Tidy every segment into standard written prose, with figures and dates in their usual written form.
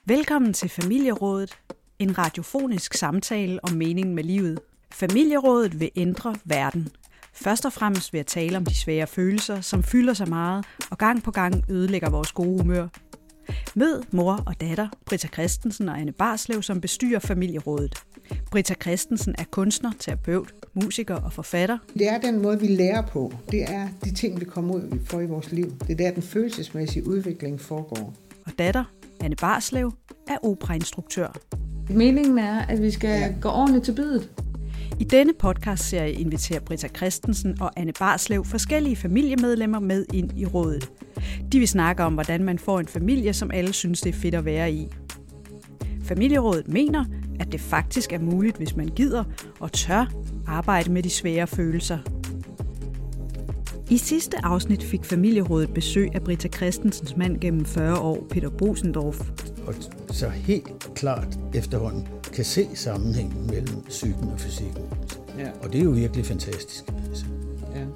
Velkommen til Familierådet, en radiofonisk samtale om meningen med livet. Familierådet vil ændre verden. Først og fremmest ved at tale om de svære følelser, som fylder så meget og gang på gang ødelægger vores gode humør. Mød mor og datter, Britta Christensen og Anne Barslev, som bestyrer Familierådet. Britta Christensen er kunstner, terapeut, musiker og forfatter. Det er den måde, vi lærer på. Det er de ting, vi kommer ud for i vores liv. Det er der, den følelsesmæssige udvikling foregår. Og datter, Anne Barslev, er operainstruktør. Meningen er, at vi skal gå ordentligt til biddet. I denne podcastserie inviterer Britta Christensen og Anne Barslev forskellige familiemedlemmer med ind i rådet. De vil snakke om, hvordan man får en familie, som alle synes, det er fedt at være i. Familierådet mener, at det faktisk er muligt, hvis man gider og tør arbejde med de svære følelser. I sidste afsnit fik Familierådet besøg af Britta Christensens mand gennem 40 år, Peter Bosendorf. Og så helt klart efterhånden kan se sammenhængen mellem psyken og fysikken. Ja. Og det er jo virkelig fantastisk. Altså. Ja.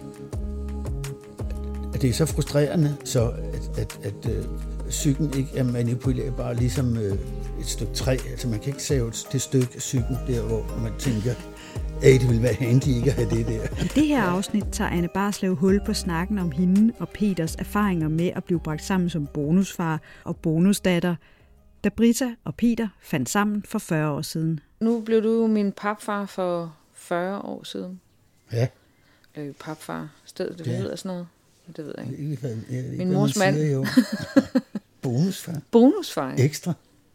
At det er så frustrerende, så at psyken ikke er manipulerbar ligesom et stykke træ. Altså man kan ikke save det stykke psyken der, hvor man tænker, det ville være handy ikke at have det der. I det her afsnit tager Anne Barslev hul på snakken om hende og Peters erfaringer med at blive bragt sammen som bonusfar og bonusdatter, da Britta og Peter fandt sammen for 40 år siden. Nu blev du jo min papfar for 40 år siden. Ja. Papfar, stedet det hedder sådan noget. Det ved jeg ikke. Min mors mand. Jo. Bonusfar. Bonusfar, ja. Ekstra.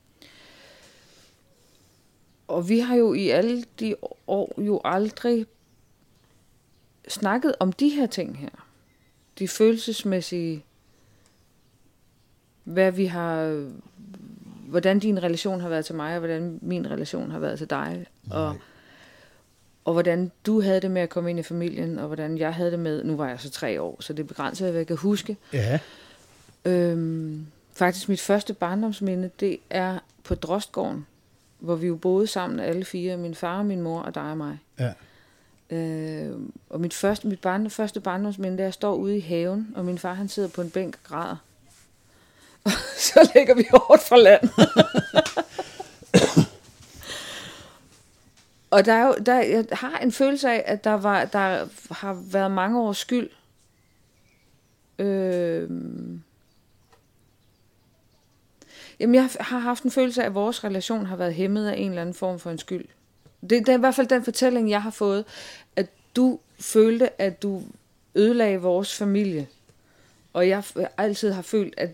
Og vi har jo i alle de år jo aldrig snakket om de her ting her. De følelsesmæssige, hvordan din relation har været til mig, og hvordan min relation har været til dig. Og hvordan du havde det med at komme ind i familien, og hvordan jeg havde det med, nu var jeg så 3 år, så det er begrænset, hvad jeg kan huske. Ja. Faktisk mit første barndomsminde, det er på Drostgården, hvor vi jo boede sammen alle 4, min far, min mor og dig og mig. Ja. Og mit første barndomsminde, der jeg står ude i haven, og min far han sidder på en bænk og græder. Og så lægger vi hårdt fra land. Og jeg har en følelse af, at der har været mange års skyld. Jamen, jeg har haft en følelse af, at vores relation har været hæmmet af en eller anden form for en skyld. Det er i hvert fald den fortælling, jeg har fået, at du følte, at du ødelagde vores familie. Og jeg altid har følt, at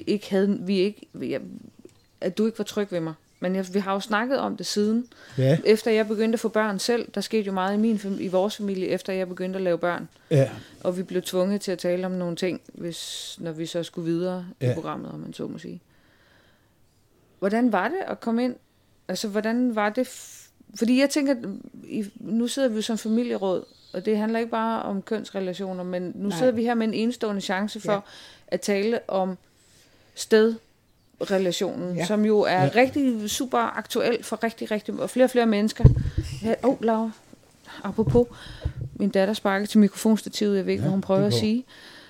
at du ikke var tryg ved mig. Men vi har jo snakket om det siden. Ja. Efter jeg begyndte at få børn selv, der skete jo meget i vores familie, efter jeg begyndte at lave børn. Ja. Og vi blev tvunget til at tale om nogle ting, når vi så skulle videre i programmet, om man så må sige. Hvordan var det at komme ind? Altså, hvordan var det? Fordi jeg tænker, nu sidder vi jo som familieråd, og det handler ikke bare om kønsrelationer, men nu sidder vi her med en enestående chance for at tale om stedrelationen, som jo er rigtig super aktuel for rigtig og flere mennesker. Laura, apropos, min datter sparker til mikrofonstativet, jeg ved ikke, hvad hun prøver at sige.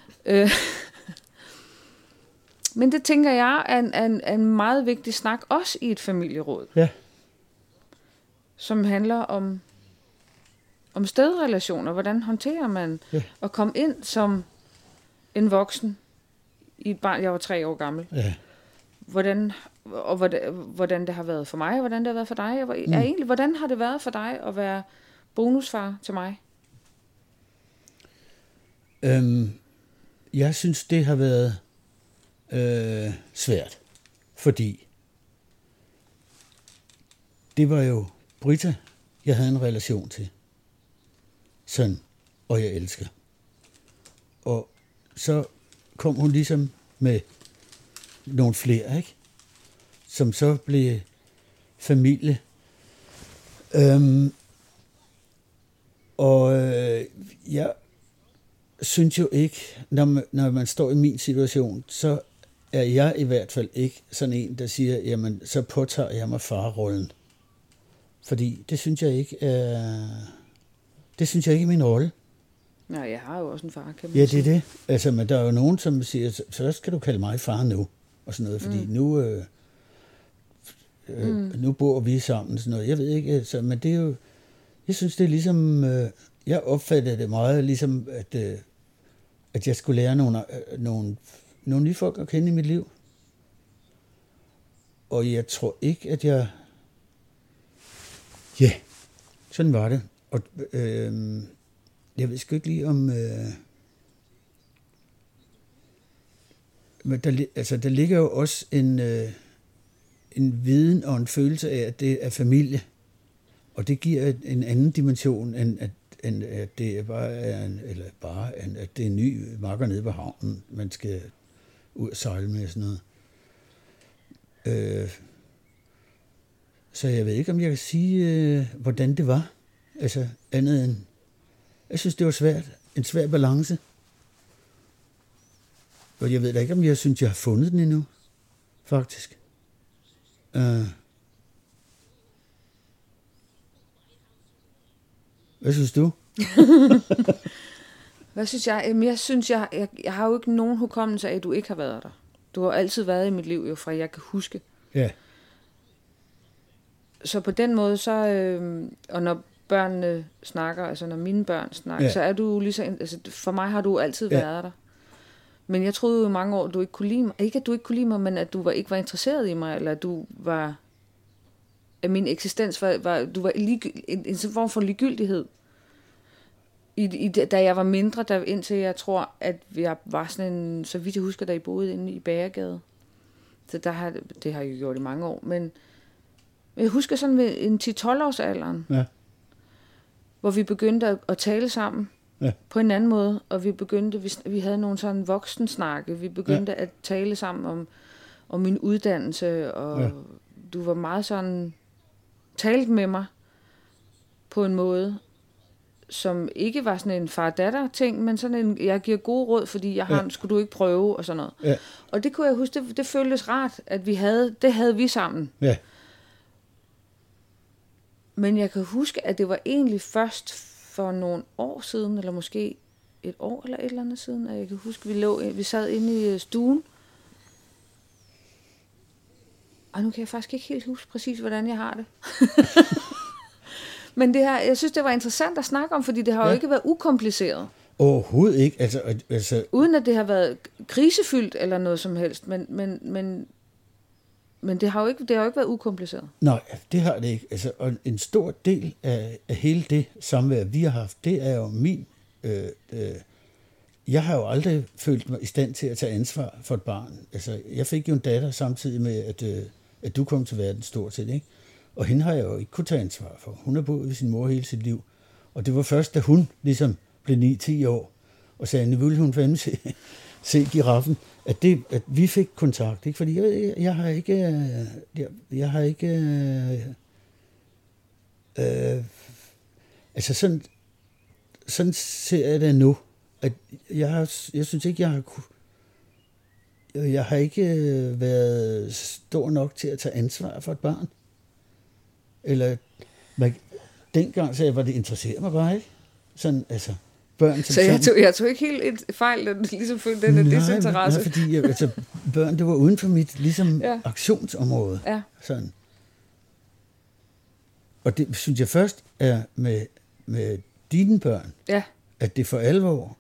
Men det tænker jeg er en meget vigtig snak, også i et familieråd. Ja. Som handler om stedrelationer. Hvordan håndterer man at komme ind som en voksen i et barn, jeg var 3 år gammel. Ja. Hvordan det har været for mig, og hvordan det har været for dig. Hvordan har det været for dig at være bonusfar til mig? Jeg synes, det har været svært, fordi det var jo Britta, jeg havde en relation til. Sådan, og jeg elsker. Og så kom hun ligesom med nogle flere, ikke? Som så blev familie. Jeg synes jo ikke, når man står i min situation, så er jeg i hvert fald ikke sådan en, der siger, jamen, så påtager jeg mig farrollen. Fordi det synes jeg ikke er min rolle. Nej, jeg har jo også en far, kan man sige. Ja, sige. det er det. Altså, men der er jo nogen, som siger, så skal du kalde mig far nu, og sådan noget, fordi nu bor vi sammen, sådan noget. Jeg ved ikke, altså, men det er jo, jeg synes, det er ligesom, jeg opfatter det meget ligesom, at jeg skulle lære nogle nye folk at kende i mit liv. Og jeg tror ikke, at jeg, sådan var det. Og jeg ved sgu ikke lige om, men der ligger jo også en viden og en følelse af, at det er familie. Og det giver en anden dimension, end at det er at det er en ny makker nede på havnen, man skal ud og sejle med sådan noget. Så jeg ved ikke, om jeg kan sige, hvordan det var. Altså andet end, jeg synes, det var svært. En svær balance. Og jeg ved da ikke, om jeg synes, jeg har fundet den endnu. Faktisk. Hvad synes du? Hvad synes jeg? Jamen, jeg synes, jeg har jo ikke nogen hukommelse af, at du ikke har været der. Du har altid været i mit liv, jo, fra jeg kan huske. Ja. Så på den måde, så og når børnene snakker, altså når mine børn snakker, så er du lige så, altså for mig har du altid været der. Men jeg troede jo i mange år, du ikke kunne lide mig. Ikke at du ikke kunne lide mig, men at du ikke var interesseret i mig, eller at du var, at min eksistens var du var en form for ligegyldighed. Da jeg var mindre, indtil jeg tror, at jeg var sådan en, så vidt jeg husker, da I boede inde i Bagergade. Så det har jeg jo gjort i mange år, men jeg husker sådan ved en 10-12 års alderen, hvor vi begyndte at tale sammen på en anden måde, og vi havde nogle sådan voksensnakke, vi begyndte at tale sammen om min uddannelse, og du var meget sådan, talt med mig på en måde, som ikke var sådan en far-datter-ting, men sådan en, jeg giver gode råd, fordi jeg har, skulle du ikke prøve, og sådan noget. Ja. Og det kunne jeg huske, det føltes rart, at det havde vi sammen. Ja. Men jeg kan huske, at det var egentlig først for nogle år siden, eller måske et år eller et eller andet siden, at jeg kan huske, vi sad inde i stuen. Og nu kan jeg faktisk ikke helt huske præcis, hvordan jeg har det. Men det her, jeg synes, det var interessant at snakke om, fordi det har jo ikke været ukompliceret. Overhovedet ikke. Altså uden at det har været krisefyldt eller noget som helst, men det har jo ikke været ukompliceret. Nej, det har det ikke. Altså, og en stor del af hele det samvær, vi har haft, det er jo min... jeg har jo aldrig følt mig i stand til at tage ansvar for et barn. Altså, jeg fik jo en datter samtidig med, at du kom til verden stort set, ikke? Og hende har jeg jo ikke kunne tage ansvar for. Hun har boet ved sin mor hele sit liv. Og det var først, da hun ligesom blev 9-10 år, og sagde, nu ville hun fandme se giraffen, at vi fik kontakt, ikke? Fordi jeg har ikke altså sådan ser jeg det nu, at jeg synes ikke, jeg har ikke været stor nok til at tage ansvar for et barn. Eller dengang sagde jeg, var det interesserer mig bare, ikke? Sådan, altså, børn... Så jeg tog ikke helt et fejl, at du ligesom følte den desinteresse? Nej, fordi børn, det var uden for mit ligesom aktionsområde. Ja. Sådan. Og det synes jeg først er med dine børn, at det for alvor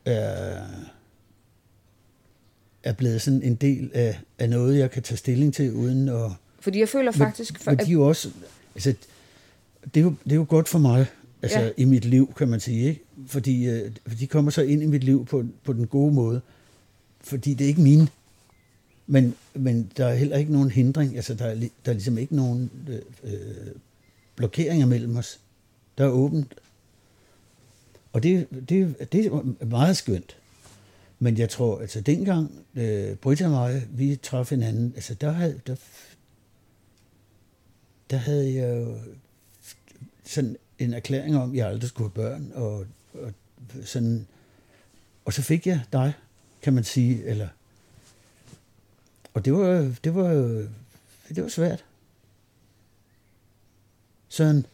er blevet sådan en del af noget, jeg kan tage stilling til, uden at... Fordi jeg føler faktisk... Men de er jo også... Altså, det er jo godt for mig, altså i mit liv, kan man sige, ikke? Fordi de kommer så ind i mit liv på den gode måde, fordi det er ikke mine. Men der er heller ikke nogen hindring, altså der er ligesom ikke nogen blokeringer mellem os. Der er åbent. Og det er meget skønt. Men jeg tror, altså dengang Britta og mig, vi traf hinanden, altså der havde jeg jo sådan en erklæring om, at jeg aldrig skulle have børn, og sådan, og så fik jeg dig, kan man sige, eller, og det var svært. Sådan,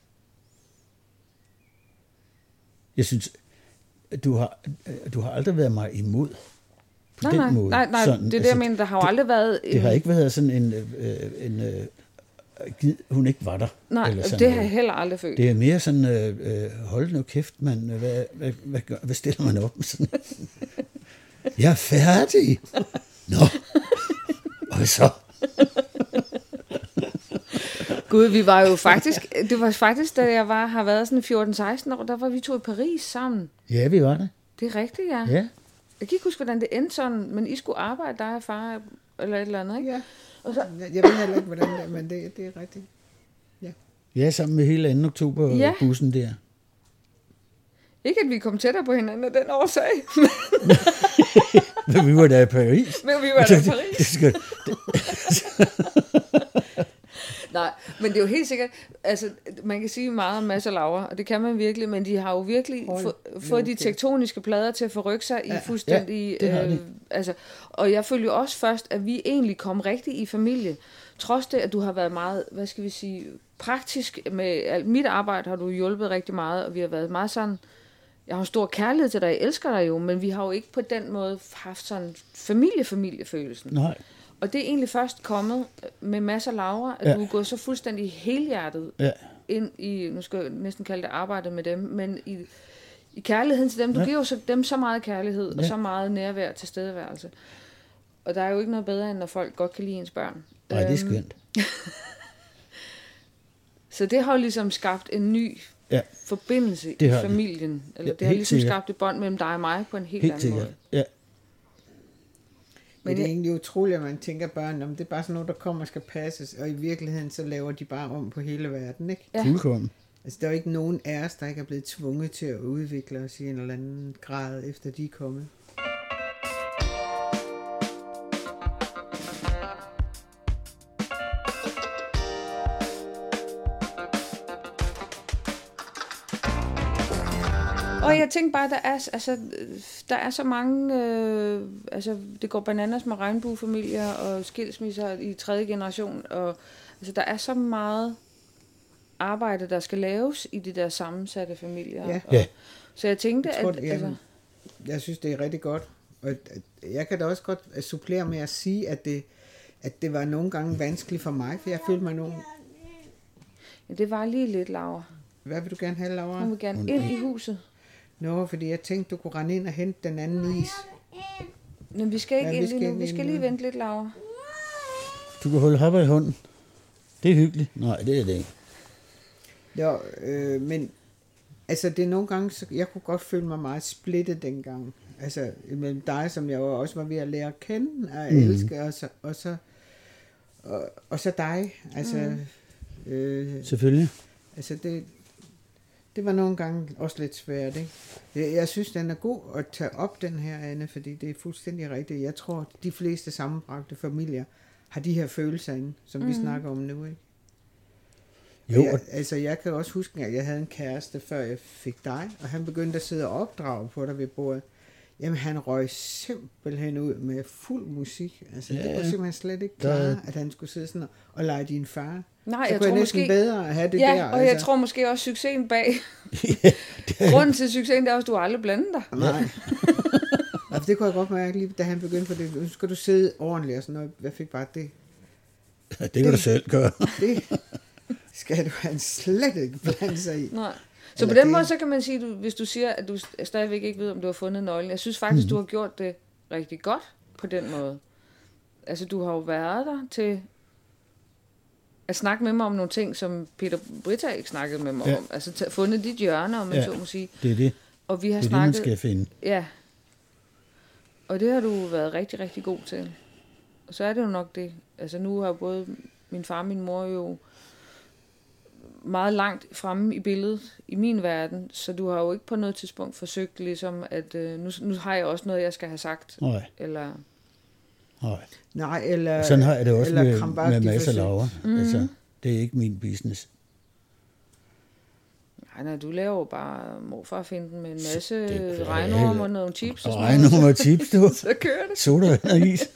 jeg synes, du har aldrig været mig imod på den måde. Nej, sådan, det er det, jeg mener, der har jo aldrig været... Det har ikke været sådan hun ikke var der. Nej, eller sådan det har noget. jeg heller aldrig følt. Det er mere sådan, hold nu kæft, mand. Hvad stiller man op med sådan? Jeg er færdig. Nå. Og så? Gud, vi var jo faktisk, det var faktisk, da jeg har været sådan 14-16 år, der var vi to i Paris sammen. Ja, vi var det. Det er rigtigt, ja. Ja. Jeg kan ikke huske, hvordan det endte sådan, men I skulle arbejde, dig og far, eller et eller andet, ikke? Ja. Og så, Jeg ved heller ikke, hvordan det er, men det er rigtigt. Ja, sammen med hele 2. oktober Ja. bussen der. ikke at vi kom tættere på hinanden af den årsag, Men vi var der i Paris. men vi var der i Paris. Det Nej, men det er jo helt sikkert, altså man kan sige meget om Mads og Laura, og det kan man virkelig, men de har jo virkelig fået de tektoniske plader til at forrykke sig i fuldstændig... det har de. Altså, og jeg følte jo også først, at vi egentlig kom rigtig i familie. Trods det, at du har været meget, hvad skal vi sige, praktisk med alt mit arbejde, har du hjulpet rigtig meget, og vi har været meget sådan... Jeg har en stor kærlighed til dig, jeg elsker dig jo, men vi har jo ikke på den måde haft sådan familiefølelsen. Nej. Og det er egentlig først kommet med Mads og Laura, at du er gået så fuldstændig helhjertet ind i, nu skal jeg næsten kalde det arbejde med dem, men i kærligheden til dem. Du giver jo dem så meget kærlighed og så meget nærvær til stedværelse. Og der er jo ikke noget bedre, end når folk godt kan lide ens børn. Nej, det er skønt. Så det har jo ligesom skabt en ny forbindelse i familien. Eller det har ligesom skabt et bånd mellem dig og mig på en helt anden måde. Ja. Men det er egentlig utroligt, at man tænker børn, om det er bare sådan noget, der kommer og skal passes, og i virkeligheden så laver de bare om på hele verden, ikke? Ja. Fuldkommen. Altså, der er jo ikke nogen af os, der ikke er blevet tvunget til at udvikle os i en eller anden grad, efter de er kommet. Og jeg tænkte bare, der er så mange, det går bananas med regnbuefamilier og skilsmisser i 3. generation, og altså, der er så meget arbejde, der skal laves i de der sammensatte familier. Ja. Så jeg tænkte, jeg synes, det er rigtig godt, og jeg kan da også godt supplere med at sige, at det var nogle gange vanskeligt for mig, for jeg følte mig nogen... Ja, det var lige lidt, Laura. Hvad vil du gerne have, Laura? Hun vil gerne ind i huset. Fordi jeg tænkte, du kunne rende ind og hente den anden is. Men vi skal ikke ind lige nu. Vi skal lige vente lidt, Laura. Du kan holde hopper i hånden. Det er hyggeligt. Nej, det er det ikke. Jo, men altså det er nogle gange, så jeg kunne godt føle mig meget splittet dengang. Altså mellem dig, som jeg også var ved at lære at kende og elske, og så dig. Altså, selvfølgelig. Altså det var nogle gange også lidt svært, ikke? Jeg synes, den er god at tage op, den her, Anne, fordi det er fuldstændig rigtigt. Jeg tror, de fleste sammenbragte familier har de her følelser inde, som vi snakker om nu, ikke? Jo. Jeg kan også huske, at jeg havde en kæreste, før jeg fik dig, og han begyndte at sidde og opdrage på dig ved bordet. Jamen, han røg simpelthen ud med fuld musik. Altså, det kunne simpelthen slet ikke klare, at han skulle sidde sådan og lege din far. Nej, så jeg kunne tror jeg næsten måske bedre at have det der. Ja, og jeg tror måske også succesen bag. Grunden til succesen, det er også, at du aldrig blander dig. Nej. Altså, det kunne jeg godt mærke lige, da han begyndte på det. Nu skal du sidde ordentligt og sådan noget. Jeg fik bare det. Det kan du selv gøre. Det skal du han slet ikke blande sig i. Nej. Så eller på den måde, så kan man sige, hvis du siger, at du stadigvæk ikke ved, om du har fundet nøglen. Jeg synes faktisk, du har gjort det rigtig godt på den måde. Altså, du har jo været der til at snakke med mig om nogle ting, som Peter Britta ikke snakkede med mig om. Altså, fundet dit hjørne, om man så må sige. Det er det. Og vi har det er snakket, det, man skal finde. Ja. Og det har du været rigtig, rigtig god til. Og så er det jo nok det. Altså, nu har både min far og min mor jo meget langt fremme i billedet i min verden, så du har jo ikke på noget tidspunkt forsøgt ligesom, at nu har jeg også noget, jeg skal have sagt. Nej. Eller... Nej, eller... Sådan har jeg det også med Mads og Laura. Altså, det er ikke min business. Nej, du laver jo bare morfarfinden med en masse regnorm og nogle chips. Og regnorm og chips, du. Så kører det. Sodavand og is.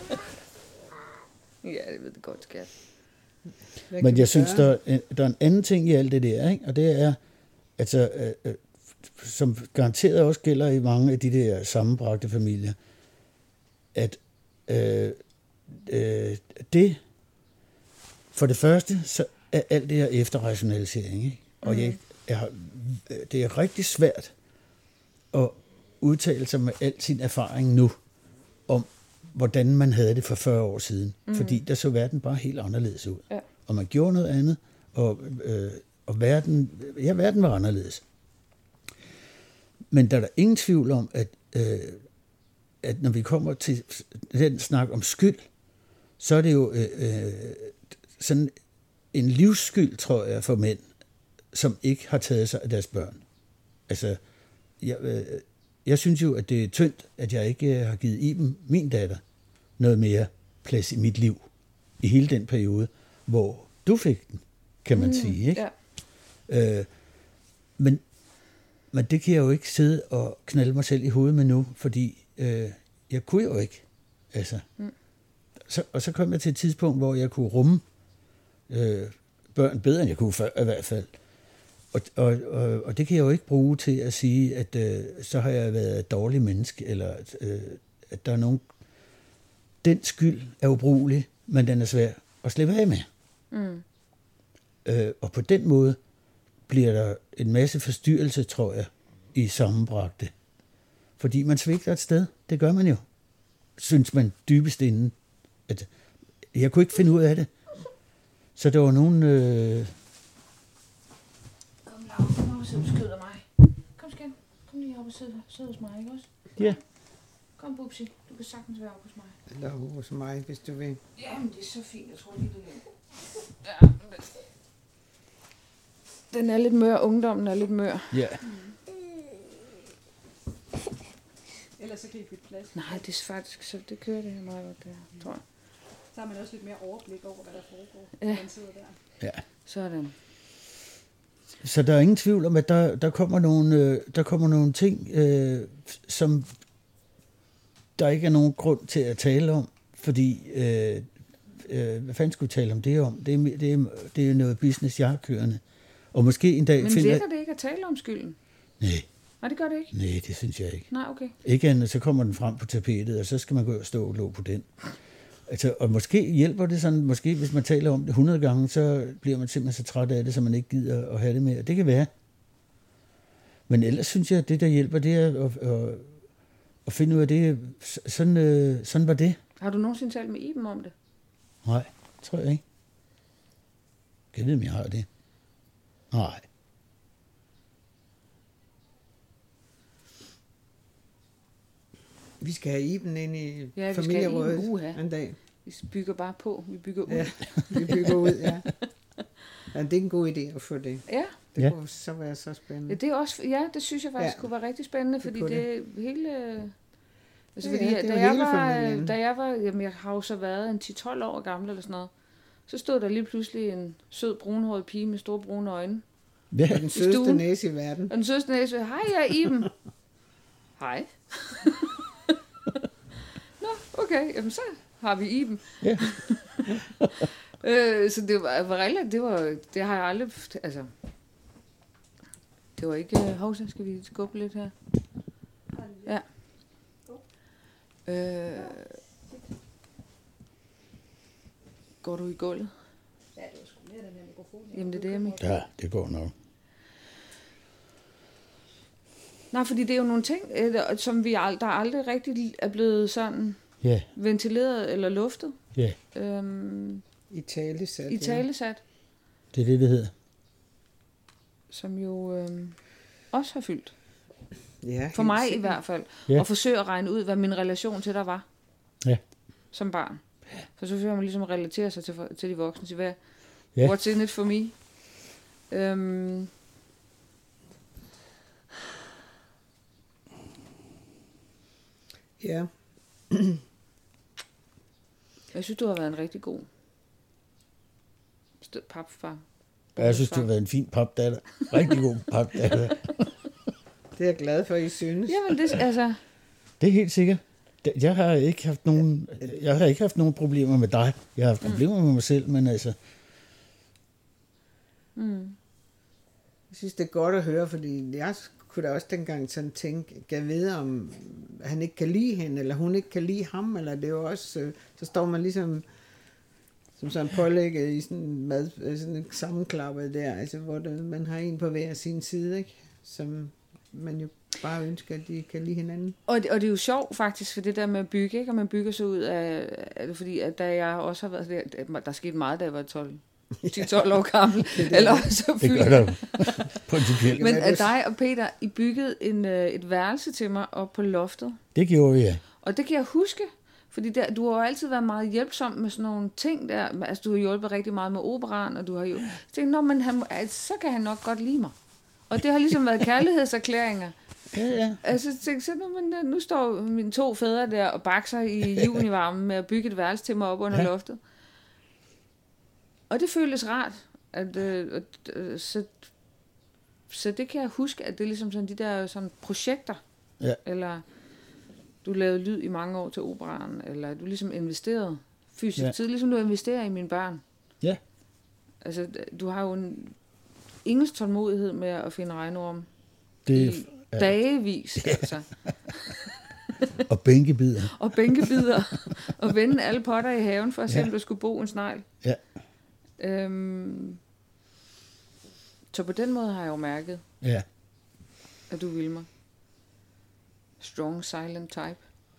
Ja, det ved det godt, skat. Men jeg synes, der er en anden ting i alt det der, ikke? Og det er, altså, som garanteret også gælder i mange af de der sammenbragte familier, at det For det første, så er alt det her efterrationalisering, ikke? Og det er rigtig svært at udtale sig med al sin erfaring nu, om hvordan man havde det for 40 år siden. Fordi der så verden bare helt anderledes ud. Ja. Og man gjorde noget andet, og verden var anderledes. Men der er der ingen tvivl om, at når vi kommer til den snak om skyld, så er det jo sådan en livsskyld, tror jeg, for mænd, som ikke har taget sig af deres børn. Altså, jeg synes jo, at det er tyndt, at jeg ikke har givet Iben, min datter, noget mere plads i mit liv. I hele den periode, hvor du fik den, kan man sige. Ikke? Ja. Men det kan jeg jo ikke sidde og knalde mig selv i hovedet med nu, fordi jeg kunne jo ikke. Altså. Så kom jeg til et tidspunkt, hvor jeg kunne rumme børn bedre, end jeg kunne før, i hvert fald. Og det kan jeg jo ikke bruge til at sige, at så har jeg været et dårligt menneske, eller at der er nogen... Den skyld er ubrugelig, men den er svær at slippe af med. Og på den måde bliver der en masse forstyrrelse, tror jeg, i sammenbragte. Fordi man svigter et sted. Det gør man jo. Synes man dybest inden. At jeg kunne ikke finde ud af det. Så der var nogen... Kom, Laura, kom op og sidde skyder mig. Kom, skat. Kom lige op og sidde hos mig, ikke også? Ja. Kom, Bubsi. Du kan sagtens være op hos mig. Eller hos mig, hvis du vil. Jamen, det er så fint. Jeg tror lige, det er. Ja, den er lidt mør. Ungdommen er lidt mør. Ja. Ellers så kan I bytte plads. Nej, det er faktisk, så det kører det her meget godt, det her, tror jeg. Så har man også lidt mere overblik over, hvad der foregår, Ja. når man sidder der. Ja. Sådan. Så der er ingen tvivl om, at der kommer nogle ting, som der ikke er nogen grund til at tale om, fordi hvad fanden skulle vi tale om det om? Det er noget business, jeg har kørende. Og måske en dag Men virker det ikke at tale om skylden? Nej. Nej, det gør det ikke. Nej, det synes jeg ikke. Nej, okay. Ikke andet, så kommer den frem på tapetet, og så skal man gå og stå og lå på den. Altså, og måske hjælper det sådan, måske hvis man taler om det 100 gange, så bliver man simpelthen så træt af det, så man ikke gider at have det mere. Det kan være. Men ellers synes jeg, at det, der hjælper, det er at finde ud af det. Sådan var det. Har du nogensinde talt med Iben om det? Nej, tror jeg ikke. Kan jeg vide, om jeg har det? Nej. Vi skal have Iben ind i Ja, familierådet en dag. Vi bygger bare på. Vi bygger ud. Ja, vi bygger ud, ja. Ja, det er en god idé at få det. Ja. Det kunne så være så spændende. Ja, det er også, ja, det synes jeg faktisk kunne være rigtig spændende, fordi det hele... Altså, fordi, da jeg var, jamen, jeg har jo så været en 10-12 år gammel eller sådan noget, så stod der lige pludselig en sød brunhåret pige med store brune øjne. Ja. Og den sødeste næse i verden. Og den sødeste næse, hej, jeg er Iben. Hej. Nå, okay, jamen så har vi Iben. Ja. Så det var det har jeg aldrig, altså, det var ikke, hovsa, skal vi skubbe lidt her? Ja. Går du i gulvet? Ja, det var sgu mere den her mikrofon. Jamen det er det, jeg mener. Ja, det går nok. Nej, fordi det er jo nogle ting, som der aldrig rigtig er blevet sådan ventileret eller luftet. Ja. I talesat. I talesat. Det er det hedder. Som jo også har fyldt. Ja, for mig i hvert fald. Ja. Og forsøge at regne ud, hvad min relation til dig var. Ja. Som barn. For så forsøger man ligesom at relatere sig til de voksne. Til hvad? Ja. What's in it for me? Ja. Jeg synes, du har været en rigtig god papfar. Jeg synes, du har været en fin papdatter. Rigtig god papdatter. Det er jeg glad for, I synes. Jamen, det er helt sikkert. Jeg har ikke haft nogen problemer med dig. Jeg har haft problemer med mig selv, men altså... Jeg synes, det er godt at høre, fordi jeg kunne da også dengang sådan tænke, jeg ved om han ikke kan lide hende, eller hun ikke kan lide ham, eller det er jo også, så står man ligesom som sådan pålægget i sådan en mad, sådan en sammenklappet der, altså hvor man har en på hver sin side, ikke? Som man jo bare ønsker, at de kan lide hinanden. Og det er jo sjovt faktisk, for det der med at bygge, ikke? Og man bygger sig ud af fordi at da jeg også har været der skete meget, da jeg var 10-12 år gammel. Eller så det gør der principielt. Men at dig og Peter, I byggede et værelse til mig op på loftet. Det gjorde vi, ja. Og det kan jeg huske, fordi du har jo altid været meget hjælpsom med sådan nogle ting der. Altså, du har hjulpet rigtig meget med operaen, og du har jo tænkt, så kan han nok godt lide mig. Og det har ligesom været kærlighedserklæringer. Ja. Altså, så nu står mine 2 fædre der og bakser i junivarmen med at bygge et værelse til mig op under loftet. Og det føltes rart. Så det kan jeg huske, at det er ligesom sådan de der sådan projekter. Ja. Eller du lavede lyd i mange år til operaen, eller du ligesom investerede fysisk tid, ligesom du investerer i mine børn. Ja. Altså, du har jo en engelsk tålmodighed med at finde regnorm. Det dagevis, altså. Og bænkebider. Og vende alle potter i haven, for at se, om der skulle bo en snegl. Ja. Så på den måde har jeg jo mærket, at du vil mig. Strong, silent type.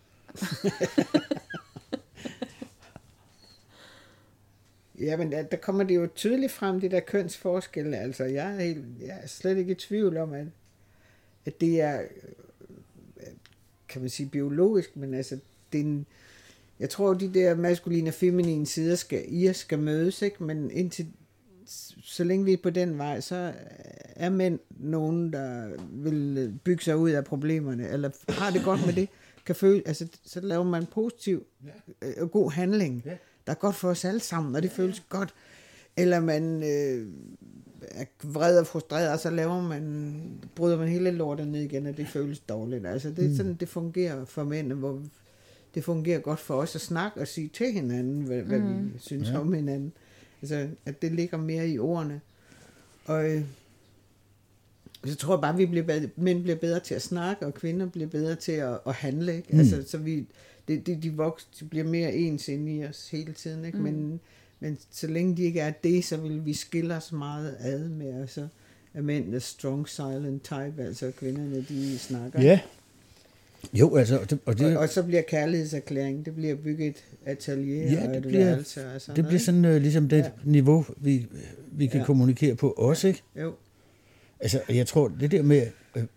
Ja, men der kommer det jo tydeligt frem, det der kønsforskelle. Altså, jeg er slet ikke i tvivl om, at det er, kan man sige, biologisk, men altså, jeg tror, de der maskuline og feminine sider skal mødes, ikke? Men indtil, så længe vi er på den vej, så er mænd nogen, der vil bygge sig ud af problemerne, eller har det godt med det, kan føle, altså, så laver man positiv og god handling, der er godt for os alle sammen, og det føles godt. Eller man er vred og frustreret, og så bryder man hele lortet ned igen, og det føles dårligt. Altså, det er sådan, det fungerer for mænd, hvor det fungerer godt for os at snakke og sige til hinanden, hvad vi synes om hinanden. Altså, at det ligger mere i ordene. Og så tror jeg bare, at mænd bliver bedre til at snakke, og kvinder bliver bedre til at handle. Ikke? Altså, så de bliver mere ens inde i os hele tiden. Ikke? Men så længe de ikke er det, så vil vi skille os meget ad med. Altså, at mænd er strong, silent type, altså kvinderne, de snakker. Ja. Jo, altså... Og så bliver kærlighedserklæring, det bliver bygget et atelier og et værelse. Det bliver sådan ligesom det niveau, vi kan kommunikere på også, ikke? Jo. Altså, jeg tror, det der med,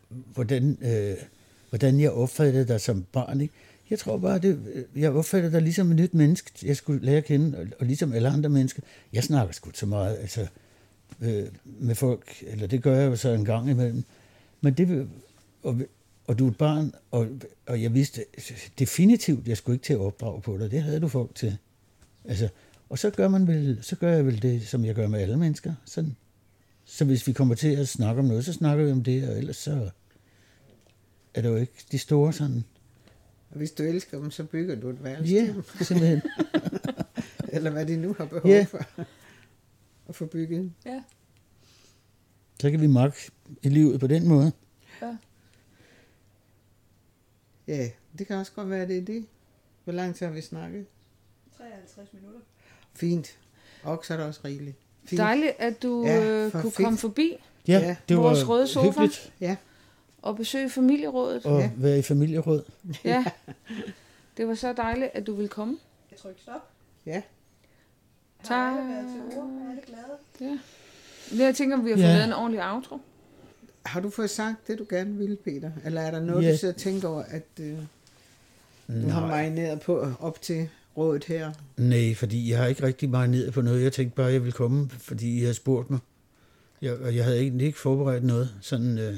hvordan jeg opfattede dig som barn, ikke? Jeg tror bare, jeg opfattede dig ligesom et nyt menneske, jeg skulle lære at kende, og ligesom alle andre mennesker. Jeg snakker sgu så meget, altså, med folk, eller det gør jeg jo så en gang imellem. Men det, og du er et barn, og jeg vidste definitivt, jeg skulle ikke til at opdrage på dig. Det havde du folk til. Altså, og så gør jeg vel det, som jeg gør med alle mennesker. Sådan. Så hvis vi kommer til at snakke om noget, så snakker vi om det, og ellers så er det jo ikke de store sådan. Og hvis du elsker dem, så bygger du et værelse. Ja, simpelthen. Eller hvad de nu har behov for at få bygget. Ja. Så kan vi magte i livet på den måde. Ja. Ja, det kan også godt være, det er det. Hvor lang tid har vi snakket? 53 minutter. Fint. Og så er det også rigeligt. Fint. Dejligt, at du kunne komme forbi. Ja, det vores var røde sofa. Hyggeligt. Ja. Og besøge familierådet. Og være i familieråd. Ja. Det var så dejligt, at du ville komme. Jeg trykker stop. Ja. Tak. Har alle været til ord? Er alle glade? Ja. Jeg tænker, vi har fået lavet en ordentlig outro. Har du fået sagt det, du gerne ville, Peter? Eller er der noget, du sidder og tænker over, at du har marineret på op til rådet her? Nej, fordi jeg har ikke rigtig marineret på noget. Jeg tænkte bare, at jeg ville komme, fordi I havde spurgt mig. Og jeg havde egentlig ikke forberedt noget. Sådan,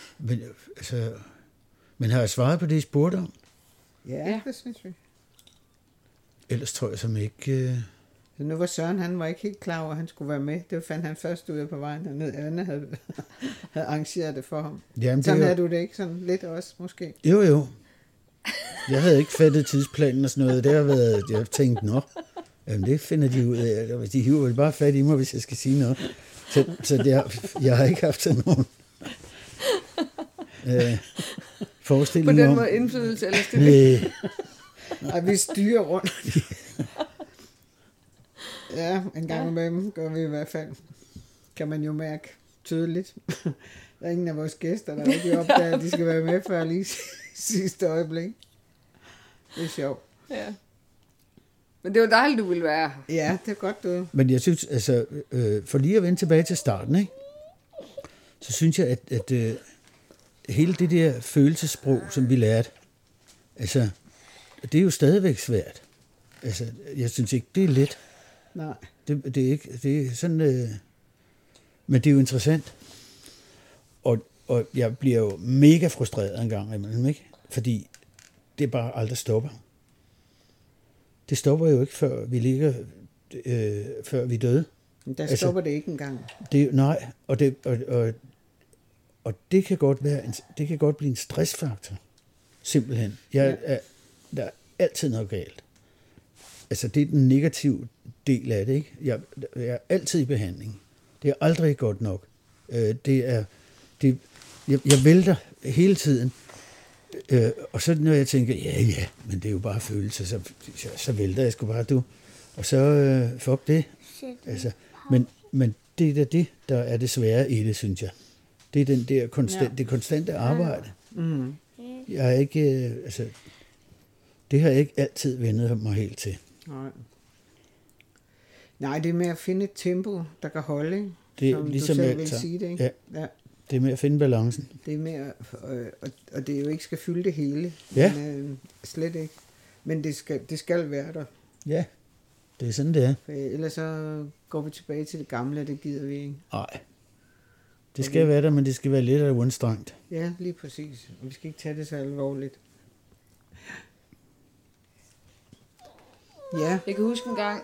men har jeg svaret på det, I spurgte om? Ja, det synes vi. Ellers tror jeg som ikke... Så nu var Søren, han var ikke helt klar over, at han skulle være med. Det fandt han først ud af på vejen herned. Anne havde arrangeret det for ham. Jamen, sådan havde du det ikke sådan lidt også, måske? Jo. Jeg havde ikke fattet tidsplanen og sådan noget. Det har været, jeg tænkte, jamen det finder de ud af. De hiver vel bare fat i mig, hvis jeg skal sige noget. Så jeg har ikke haft sådan nogen forestilling om. På den måde indflydelse eller stilling. Nej. Og vi styrer rundt. Ja, en gang imellem gør vi i hvert fald. Kan man jo mærke tydeligt. Der er ingen af vores gæster, der rigtig opdager, at de skal være med før lige sidste øjeblik. Det er sjovt. Ja. Men det var dejligt, du ville være her. Ja, det er godt, du. Men jeg synes, altså, for lige at vende tilbage til starten, ikke? Så synes jeg, at hele det der følelsessprog, som vi lærte, altså, det er jo stadigvæk svært. Altså, jeg synes ikke, det er let. Nej. Det er ikke, det er sådan, men det er jo interessant. Og jeg bliver jo mega frustreret en gang imellem, ikke? Fordi det bare aldrig stopper. Det stopper jo ikke, før vi ligger, før vi er døde. Der stopper det ikke engang. Nej, og det kan godt være, det kan godt blive en stressfaktor. Simpelthen. Der er altid noget galt. Altså, det er den negative del af det, ikke? Jeg er altid i behandling. Det er aldrig godt nok. Jeg vælter hele tiden. Og så når jeg tænker, ja, men det er jo bare følelser, så vælter jeg sgu bare, du. Og så, fuck det. Altså, men det er da det, der er det svære i det, synes jeg. Det er den der det konstante arbejde. Mm. Jeg er ikke, det har jeg ikke altid vendet mig helt til. Nej, det er med at finde et tempo, der kan holde, ikke? Det er som ligesom du selv vil sige det, ikke? Ja. Det er med at finde balancen. Det er med, og det er jo ikke skal fylde det hele. Ja. Men, slet ikke. Men det skal være der. Ja, det er sådan, det er. For ellers så går vi tilbage til det gamle, og det gider vi ikke. Nej. Det skal være der, men det skal være lidt af undstrengt. Ja, lige præcis. Og vi skal ikke tage det så alvorligt. Ja. Jeg kan huske en gang,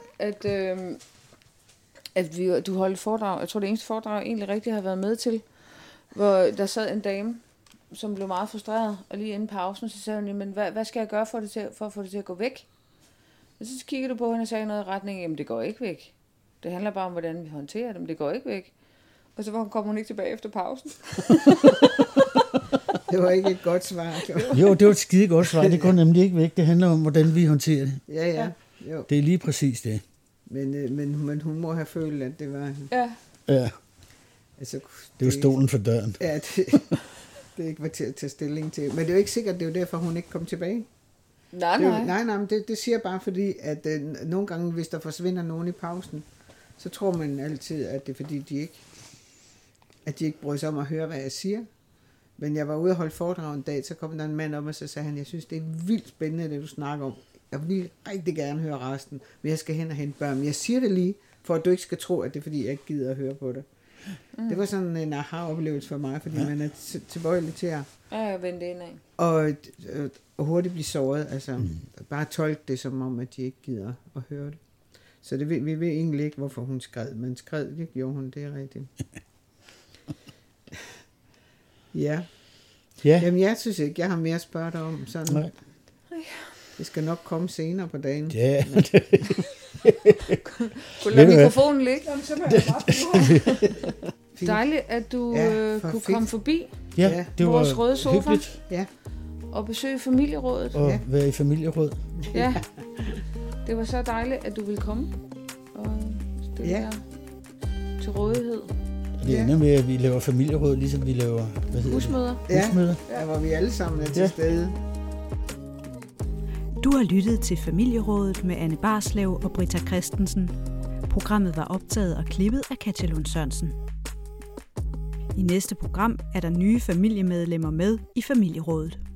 at du holdt foredrag. Jeg tror, det eneste foredrag, jeg egentlig rigtig har været med til, hvor der sad en dame, som blev meget frustreret, og lige inden pausen, så sagde hun, men hvad skal jeg gøre for at få det til at gå væk? Og så kiggede du på hende og sagde noget i retning, jamen det går ikke væk. Det handler bare om, hvordan vi håndterer det, men det går ikke væk. Og så kom hun ikke tilbage efter pausen. Det var ikke et godt svar. Jo, det var et skide godt svar. Det går nemlig ikke væk. Det handler om, hvordan vi håndterer det. Ja. Jo. Det er lige præcis det. Men hun må have følt, at det var... Ja. Altså, det var stolen for døren. Ja, det ikke var til at tage stilling til. Men det er jo ikke sikkert, det er jo derfor, hun ikke kom tilbage. Nej, men det siger bare fordi, at nogle gange, hvis der forsvinder nogen i pausen, så tror man altid, at det er fordi, de ikke bryder sig om at høre, hvad jeg siger. Men jeg var ude og holde foredrag en dag, så kom der en mand op, og så sagde han, jeg synes, det er vildt spændende, det du snakker om. Jeg vil rigtig gerne høre resten, men jeg skal hen og hente børn. Men jeg siger det lige, for at du ikke skal tro, at det er fordi, jeg ikke gider at høre på det. Mm. Det var sådan en aha-oplevelse for mig, fordi man er tilbøjelig til at vende ind af. Og hurtigt blive såret. Altså, bare tolke det som om, at de ikke gider at høre det. Så det vi ved egentlig ikke, hvorfor hun skred. Men skred, det gjorde hun, det er rigtigt. Ja. Jamen, jeg synes ikke, jeg har mere at spørge dig om. Sådan. Nej. Det skal nok komme senere på dagen. Ja. Kunne lade mikrofonen ligge? Jamen, så må jeg bare dejligt, at du kunne komme forbi. Ja, det var vores røde sofa. Hyggeligt. Ja. Og besøge familierådet. Og være i familieråd. Ja. Det var så dejligt, at du ville komme. Og stille dig til rådighed. Det ender med, at vi laver familieråd, ligesom vi laver husmøder. Ja, hvor vi alle sammen er til stede. Du har lyttet til Familierådet med Anne Barslev og Britta Christensen. Programmet var optaget og klippet af Katja Lund Sørensen. I næste program er der nye familiemedlemmer med i Familierådet.